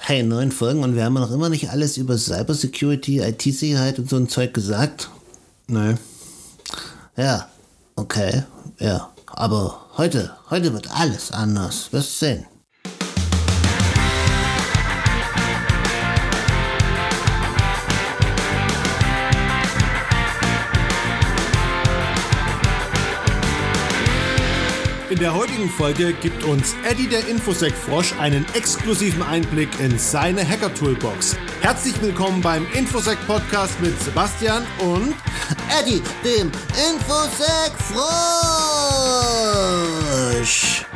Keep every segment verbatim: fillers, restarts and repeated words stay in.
Hey, neun Folgen und wir haben noch immer nicht alles über Cybersecurity, I T-Sicherheit und so ein Zeug gesagt. Nee. Ja, okay, ja. Aber heute, heute wird alles anders. Wirst sehen. In der heutigen Folge gibt uns Eddie der Infosec-Frosch einen exklusiven Einblick in seine Hacker-Toolbox. Herzlich willkommen beim Infosec-Podcast mit Sebastian und Eddie, dem Infosec-Frosch.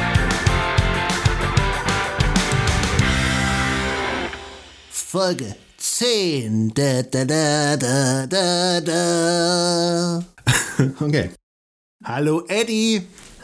Folge zehn. Da, da, da, da, da, da. Okay. Hallo Eddie.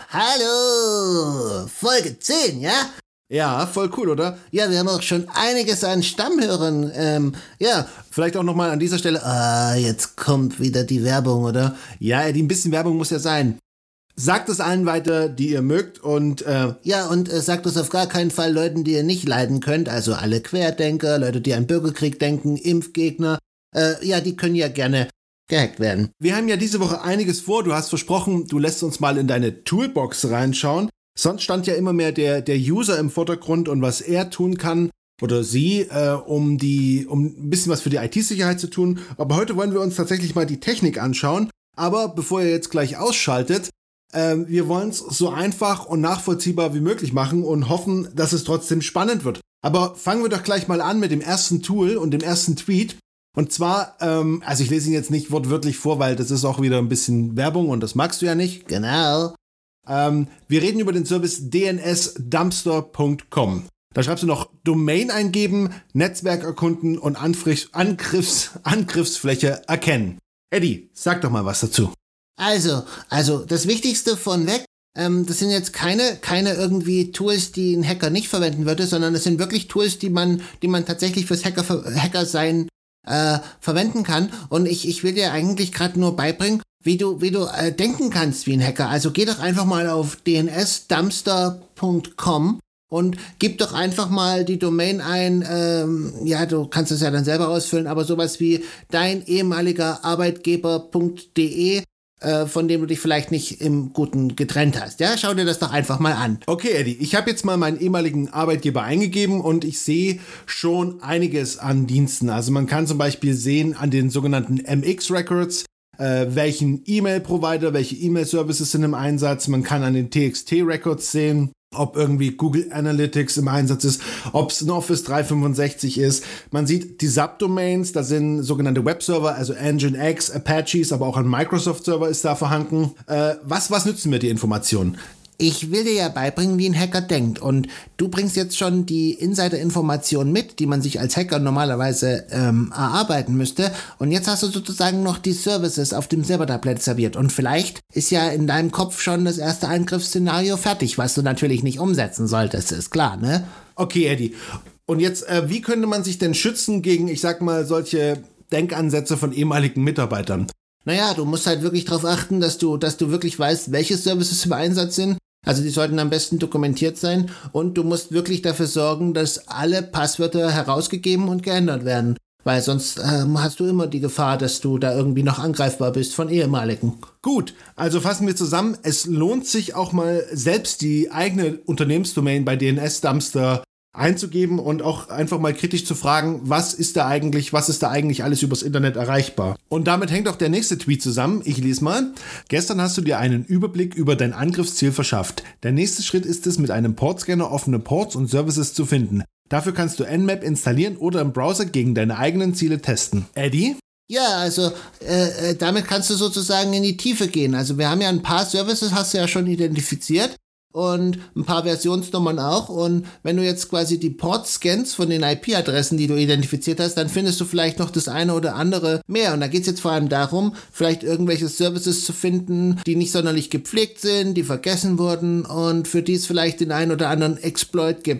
Hallo, Folge zehn, ja? Ja, voll cool, oder? Ja, wir haben auch schon einiges an Stammhörern. Ähm, ja, vielleicht auch nochmal an dieser Stelle. Ah, jetzt kommt wieder die Werbung, oder? Ja, Eddie, ein bisschen Werbung muss ja sein. Sagt es allen weiter, die ihr mögt und... Äh, ja, und äh, sagt es auf gar keinen Fall Leuten, die ihr nicht leiden könnt. Also alle Querdenker, Leute, die an Bürgerkrieg denken, Impfgegner. Äh, ja, die können ja gerne... gehackt werden. Wir haben ja diese Woche einiges vor. Du hast versprochen, du lässt uns mal in deine Toolbox reinschauen. Sonst stand ja immer mehr der, der User im Vordergrund und was er tun kann oder sie, äh, um, die, um ein bisschen was für die I T-Sicherheit zu tun. Aber heute wollen wir uns tatsächlich mal die Technik anschauen. Aber bevor ihr jetzt gleich ausschaltet, äh, wir wollen es so einfach und nachvollziehbar wie möglich machen und hoffen, dass es trotzdem spannend wird. Aber fangen wir doch gleich mal an mit dem ersten Tool und dem ersten Tweet. Und zwar, ähm, also ich lese ihn jetzt nicht wortwörtlich vor, weil das ist auch wieder ein bisschen Werbung und das magst du ja nicht. Genau. Ähm, wir reden über den Service d n s dumpster punkt com. Da schreibst du noch Domain eingeben, Netzwerk erkunden und Anfrisch- Angriffs- Angriffsfläche erkennen. Eddie, sag doch mal was dazu. Also, also das Wichtigste von weg, ähm, das sind jetzt keine, keine irgendwie Tools, die ein Hacker nicht verwenden würde, sondern das sind wirklich Tools, die man, die man tatsächlich fürs Hacker, Hacker sein Äh, verwenden kann. Und ich, ich will dir eigentlich gerade nur beibringen, wie du, wie du äh, denken kannst wie ein Hacker. Also geh doch einfach mal auf d n s dumpster punkt com und gib doch einfach mal die Domain ein. Ähm, ja, du kannst es ja dann selber ausfüllen, aber sowas wie dein ehemaliger Arbeitgeber.de, äh, von dem du dich vielleicht nicht im Guten getrennt hast. Ja, schau dir das doch einfach mal an. Okay, Eddie, ich habe jetzt mal meinen ehemaligen Arbeitgeber eingegeben und ich sehe schon einiges an Diensten. Also man kann zum Beispiel sehen an den sogenannten M X Records, äh, welchen E-Mail-Provider, welche E-Mail-Services sind im Einsatz. Man kann an den T X T Records sehen, ob irgendwie Google Analytics im Einsatz ist, ob es ein Office dreihundertfünfundsechzig ist. Man sieht die Subdomains, da sind sogenannte Webserver, also Nginx, Apaches, aber auch ein Microsoft-Server ist da vorhanden. Äh, was, was nützen mir die Informationen? Ich will dir ja beibringen, wie ein Hacker denkt. Und du bringst jetzt schon die Insider-Informationen mit, die man sich als Hacker normalerweise ähm, erarbeiten müsste. Und jetzt hast du sozusagen noch die Services auf dem Silbertablett serviert. Und vielleicht ist ja in deinem Kopf schon das erste Angriffsszenario fertig, was du natürlich nicht umsetzen solltest, ist klar, ne? Okay, Eddie. Und jetzt, äh, wie könnte man sich denn schützen gegen, ich sag mal, solche Denkansätze von ehemaligen Mitarbeitern? Naja, du musst halt wirklich darauf achten, dass du, dass du wirklich weißt, welche Services im Einsatz sind. Also die sollten am besten dokumentiert sein und du musst wirklich dafür sorgen, dass alle Passwörter herausgegeben und geändert werden. Weil sonst ähm, hast du immer die Gefahr, dass du da irgendwie noch angreifbar bist von ehemaligen. Gut, also fassen wir zusammen. Es lohnt sich auch mal selbst die eigene Unternehmensdomain bei D N S Dumpster einzugeben und auch einfach mal kritisch zu fragen, was ist da eigentlich, was ist da eigentlich alles übers Internet erreichbar? Und damit hängt auch der nächste Tweet zusammen. Ich lese mal. Gestern hast du dir einen Überblick über dein Angriffsziel verschafft. Der nächste Schritt ist es, mit einem Portscanner offene Ports und Services zu finden. Dafür kannst du Nmap installieren oder im Browser gegen deine eigenen Ziele testen. Eddie? Ja, also äh, damit kannst du sozusagen in die Tiefe gehen. Also wir haben ja ein paar Services, hast du ja schon identifiziert. Und ein paar Versionsnummern auch. Und wenn du jetzt quasi die Ports scannst von den I P-Adressen, die du identifiziert hast, dann findest du vielleicht noch das eine oder andere mehr. Und da geht es jetzt vor allem darum, vielleicht irgendwelche Services zu finden, die nicht sonderlich gepflegt sind, die vergessen wurden und für die es vielleicht den einen oder anderen Exploit gibt.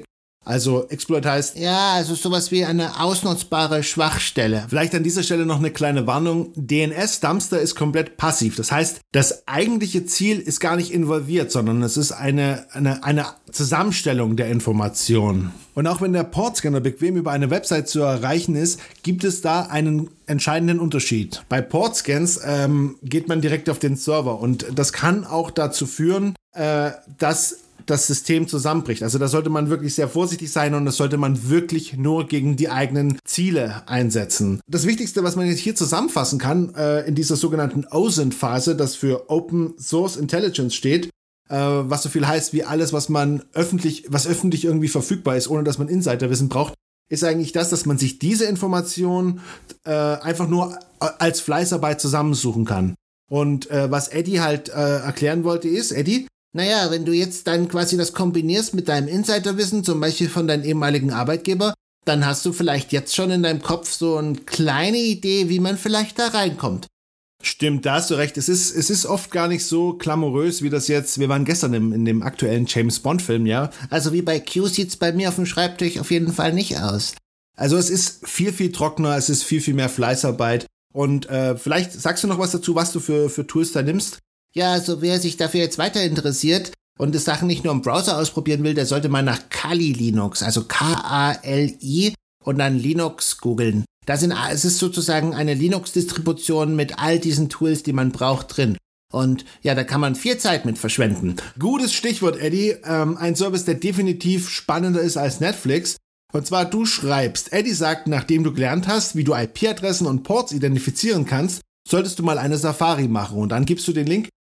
Also Exploit heißt... Ja, also sowas wie eine ausnutzbare Schwachstelle. Vielleicht an dieser Stelle noch eine kleine Warnung. D N S-Dumpster ist komplett passiv. Das heißt, das eigentliche Ziel ist gar nicht involviert, sondern es ist eine, eine, eine Zusammenstellung der Informationen. Und auch wenn der Portscanner bequem über eine Website zu erreichen ist, gibt es da einen entscheidenden Unterschied. Bei Portscans ähm, geht man direkt auf den Server und das kann auch dazu führen, äh, dass das System zusammenbricht. Also da sollte man wirklich sehr vorsichtig sein und das sollte man wirklich nur gegen die eigenen Ziele einsetzen. Das Wichtigste, was man jetzt hier zusammenfassen kann, äh, in dieser sogenannten O S I N-Phase, das für Open Source Intelligence steht, äh, was so viel heißt wie alles, was man öffentlich, was öffentlich irgendwie verfügbar ist, ohne dass man Insiderwissen braucht, ist eigentlich das, dass man sich diese Information äh, einfach nur als Fleißarbeit zusammensuchen kann. Und äh, was Eddie halt äh, erklären wollte ist, Eddie, naja, wenn du jetzt dann quasi das kombinierst mit deinem Insiderwissen, zum Beispiel von deinem ehemaligen Arbeitgeber, dann hast du vielleicht jetzt schon in deinem Kopf so eine kleine Idee, wie man vielleicht da reinkommt. Stimmt, da hast du recht. Es ist, es ist oft gar nicht so glamourös, wie das jetzt, wir waren gestern im, in dem aktuellen James-Bond-Film, ja. Also wie bei Q sieht's bei mir auf dem Schreibtisch auf jeden Fall nicht aus. Also es ist viel, viel trockener, es ist viel, viel mehr Fleißarbeit. Und äh, vielleicht sagst du noch was dazu, was du für, für Tools da nimmst? Ja, also wer sich dafür jetzt weiter interessiert und das Sachen nicht nur im Browser ausprobieren will, der sollte mal nach Kali Linux, also K A L I und dann Linux googeln. Da sind, es ist sozusagen eine Linux-Distribution mit all diesen Tools, die man braucht, drin. Und ja, da kann man viel Zeit mit verschwenden. Gutes Stichwort, Eddie. Ähm, ein Service, der definitiv spannender ist als Netflix. Und zwar, du schreibst, Eddie sagt, nachdem du gelernt hast, wie du I P-Adressen und Ports identifizieren kannst, solltest du mal eine Safari machen. Und dann gibst du den Link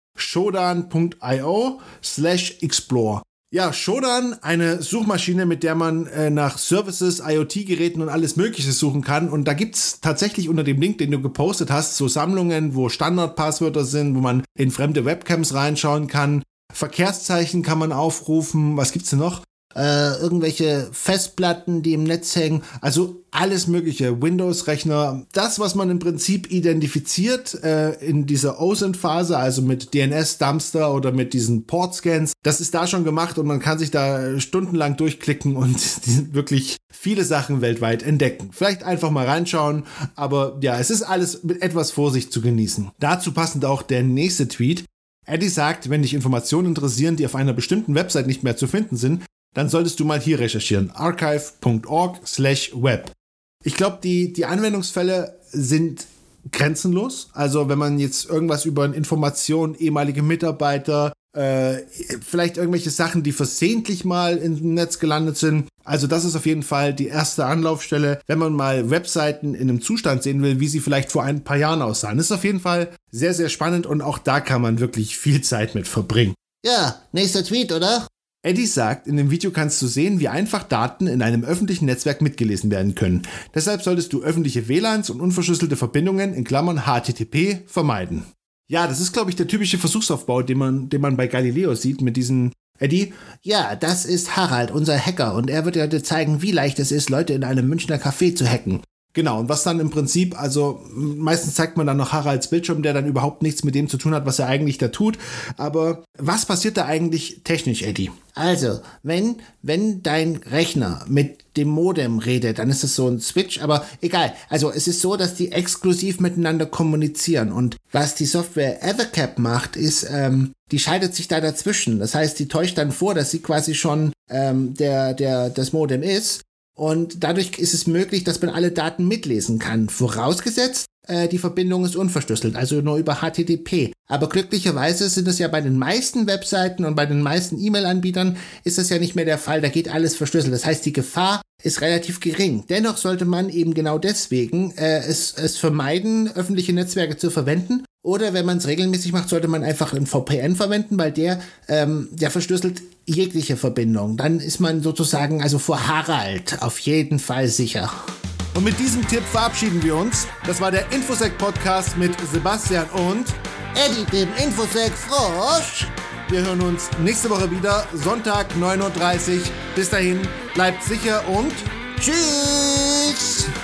shodan.io slash explore. Ja, Shodan, eine Suchmaschine, mit der man äh, nach Services, IoT-Geräten und alles Mögliche suchen kann. Und da gibt's tatsächlich unter dem Link, den du gepostet hast, so Sammlungen, wo Standardpasswörter sind, wo man in fremde Webcams reinschauen kann. Verkehrszeichen kann man aufrufen. Was gibt's denn noch? Äh, irgendwelche Festplatten, die im Netz hängen, also alles mögliche, Windows-Rechner, das, was man im Prinzip identifiziert äh, in dieser O S I N-Phase, also mit D N S-Dumpster oder mit diesen Port-Scans, das ist da schon gemacht und man kann sich da stundenlang durchklicken und wirklich viele Sachen weltweit entdecken. Vielleicht einfach mal reinschauen, aber ja, es ist alles mit etwas Vorsicht zu genießen. Dazu passend auch der nächste Tweet. Eddie sagt, wenn dich Informationen interessieren, die auf einer bestimmten Website nicht mehr zu finden sind, dann solltest du mal hier recherchieren. archive punkt org slash web. Ich glaube, die, die Anwendungsfälle sind grenzenlos. Also wenn man jetzt irgendwas über Informationen, ehemalige Mitarbeiter, äh, vielleicht irgendwelche Sachen, die versehentlich mal im Netz gelandet sind. Also das ist auf jeden Fall die erste Anlaufstelle, wenn man mal Webseiten in einem Zustand sehen will, wie sie vielleicht vor ein paar Jahren aussahen. Das ist auf jeden Fall sehr, sehr spannend und auch da kann man wirklich viel Zeit mit verbringen. Ja, nächster Tweet, oder? Eddie sagt, in dem Video kannst du sehen, wie einfach Daten in einem öffentlichen Netzwerk mitgelesen werden können. Deshalb solltest du öffentliche W L A Ns und unverschlüsselte Verbindungen in Klammern H T T P vermeiden. Ja, das ist, glaube ich, der typische Versuchsaufbau, den man, den man bei Galileo sieht mit diesen Eddie? Ja, das ist Harald, unser Hacker, und er wird dir heute zeigen, wie leicht es ist, Leute in einem Münchner Café zu hacken. Genau, und was dann im Prinzip, also meistens zeigt man dann noch Haralds Bildschirm, der dann überhaupt nichts mit dem zu tun hat, was er eigentlich da tut. Aber was passiert da eigentlich technisch, Eddie? Also, wenn, wenn dein Rechner mit dem Modem redet, dann ist es so ein Switch, aber egal. Also es ist so, dass die exklusiv miteinander kommunizieren. Und was die Software Ethercap macht, ist, ähm, die schaltet sich da dazwischen. Das heißt, die täuscht dann vor, dass sie quasi schon ähm, der, der, das Modem ist. Und dadurch ist es möglich, dass man alle Daten mitlesen kann. Vorausgesetzt, äh, die Verbindung ist unverschlüsselt, also nur über H T T P. Aber glücklicherweise sind es ja bei den meisten Webseiten und bei den meisten E-Mail-Anbietern ist das ja nicht mehr der Fall. Da geht alles verschlüsselt. Das heißt, die Gefahr ist relativ gering. Dennoch sollte man eben genau deswegen äh, es, es vermeiden, öffentliche Netzwerke zu verwenden. Oder wenn man es regelmäßig macht, sollte man einfach einen V P N verwenden, weil der, ähm, der verschlüsselt jegliche Verbindung. Dann ist man sozusagen also vor Harald auf jeden Fall sicher. Und mit diesem Tipp verabschieden wir uns. Das war der Infosec-Podcast mit Sebastian und Eddie, dem Infosec-Frosch. Wir hören uns nächste Woche wieder, Sonntag neun Uhr dreißig. Bis dahin, bleibt sicher und tschüss!